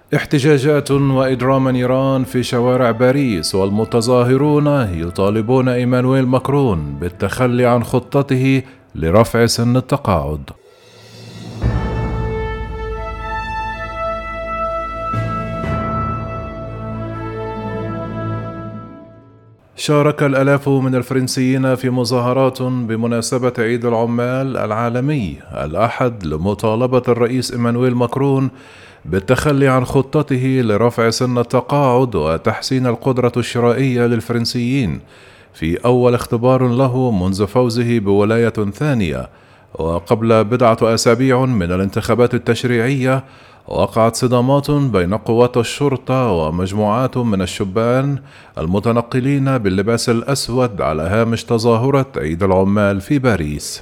احتجاجات وإجرام نيران في شوارع باريس، والمتظاهرون يطالبون إيمانويل ماكرون بالتخلي عن خطته لرفع سن التقاعد. شارك الآلاف من الفرنسيين في مظاهرات بمناسبة عيد العمال العالمي الأحد لمطالبة الرئيس إيمانويل ماكرون بالتخلي عن خطته لرفع سن التقاعد وتحسين القدرة الشرائية للفرنسيين في أول اختبار له منذ فوزه بولاية ثانية. وقبل بضعة أسابيع من الانتخابات التشريعية، وقعت صدامات بين قوات الشرطة ومجموعات من الشبان المتنقلين باللباس الأسود على هامش تظاهرة عيد العمال في باريس.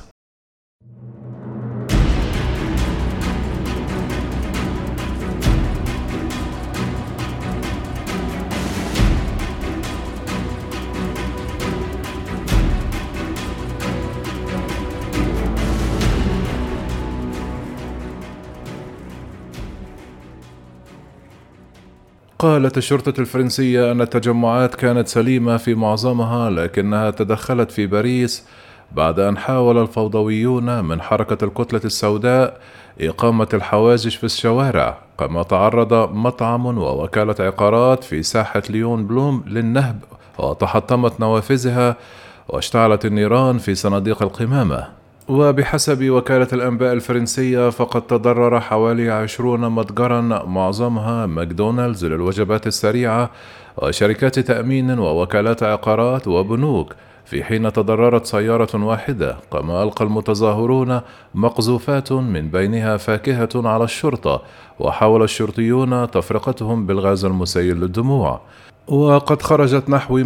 قالت الشرطة الفرنسية أن التجمعات كانت سليمة في معظمها، لكنها تدخلت في باريس بعد أن حاول الفوضويون من حركة الكتلة السوداء إقامة الحواجز في الشوارع، كما تعرض مطعم ووكالة عقارات في ساحة ليون بلوم للنهب وتحطمت نوافذها، واشتعلت النيران في صناديق القمامة. وبحسب وكالة الأنباء الفرنسية، فقد تضرر حوالي 20 متجرا معظمها ماكدونالدز للوجبات السريعة وشركات تأمين ووكالات عقارات وبنوك، في حين تضررت سيارة واحدة. كما ألقى المتظاهرون مقذوفات من بينها فاكهة على الشرطة، وحاول الشرطيون تفرقتهم بالغاز المسيل للدموع. وقد خرجت نحو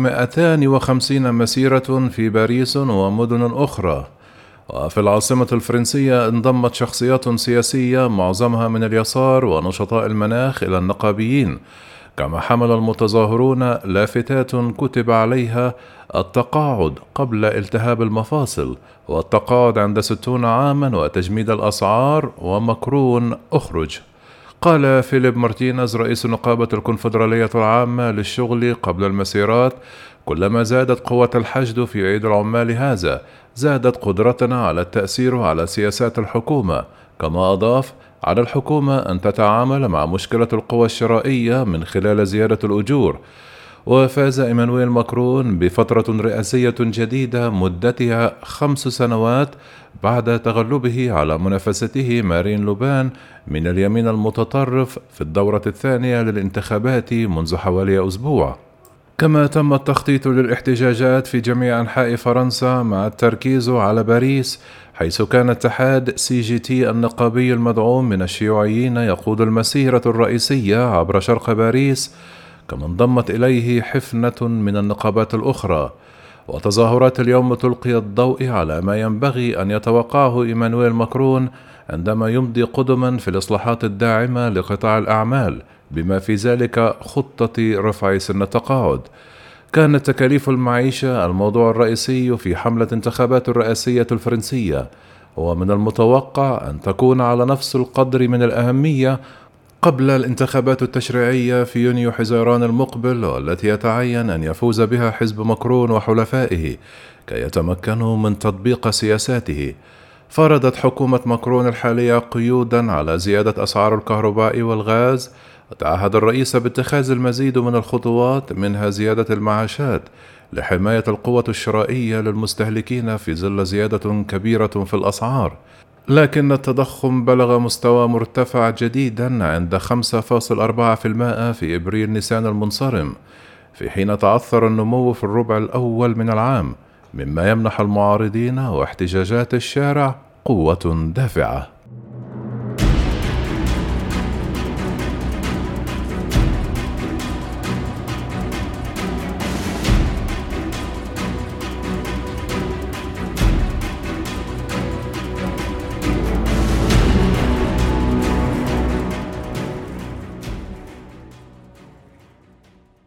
250 مسيرة في باريس ومدن أخرى. وفي العاصمة الفرنسية انضمت شخصيات سياسية معظمها من اليسار ونشطاء المناخ إلى النقابيين، كما حمل المتظاهرون لافتات كتب عليها التقاعد قبل التهاب المفاصل، والتقاعد عند 60 عاما، وتجميد الأسعار، ومكرون أخرج. قال فيليب مارتينيز رئيس نقابة الكونفدرالية العامة للشغل قبل المسيرات: كلما زادت قوة الحشد في عيد العمال هذا، زادت قدرتنا على التأثير على سياسات الحكومة. كما أضاف: على الحكومة أن تتعامل مع مشكلة القوى الشرائية من خلال زيادة الأجور. وفاز إيمانويل ماكرون بفترة رئاسية جديدة مدتها 5 سنوات بعد تغلبه على منافسته مارين لوبان من اليمين المتطرف في الدورة الثانية للانتخابات منذ حوالي أسبوع. كما تم التخطيط للاحتجاجات في جميع أنحاء فرنسا، مع التركيز على باريس، حيث كان اتحاد CGT النقابي المدعوم من الشيوعيين يقود المسيرة الرئيسية عبر شرق باريس، كما انضمت إليه حفنة من النقابات الأخرى. وتظاهرات اليوم تلقي الضوء على ما ينبغي أن يتوقعه إيمانويل ماكرون عندما يمضي قدما في الإصلاحات الداعمة لقطاع الأعمال، بما في ذلك خطة رفع سن التقاعد. كانت تكاليف المعيشة الموضوع الرئيسي في حملة انتخابات الرئاسية الفرنسية، ومن المتوقع أن تكون على نفس القدر من الأهمية قبل الانتخابات التشريعية في يونيو حزيران المقبل، والتي يتعين أن يفوز بها حزب ماكرون وحلفائه كي يتمكنوا من تطبيق سياساته. فرضت حكومة ماكرون الحالية قيودا على زيادة أسعار الكهرباء والغاز، وتعهد الرئيس باتخاذ المزيد من الخطوات، منها زيادة المعاشات لحماية القوة الشرائية للمستهلكين في ظل زيادة كبيرة في الأسعار. لكن التضخم بلغ مستوى مرتفع جديدا عند 5.4% في إبريل نيسان المنصرم، في حين تعثر النمو في الربع الأول من العام، مما يمنح المعارضين واحتجاجات الشارع قوة دافعة.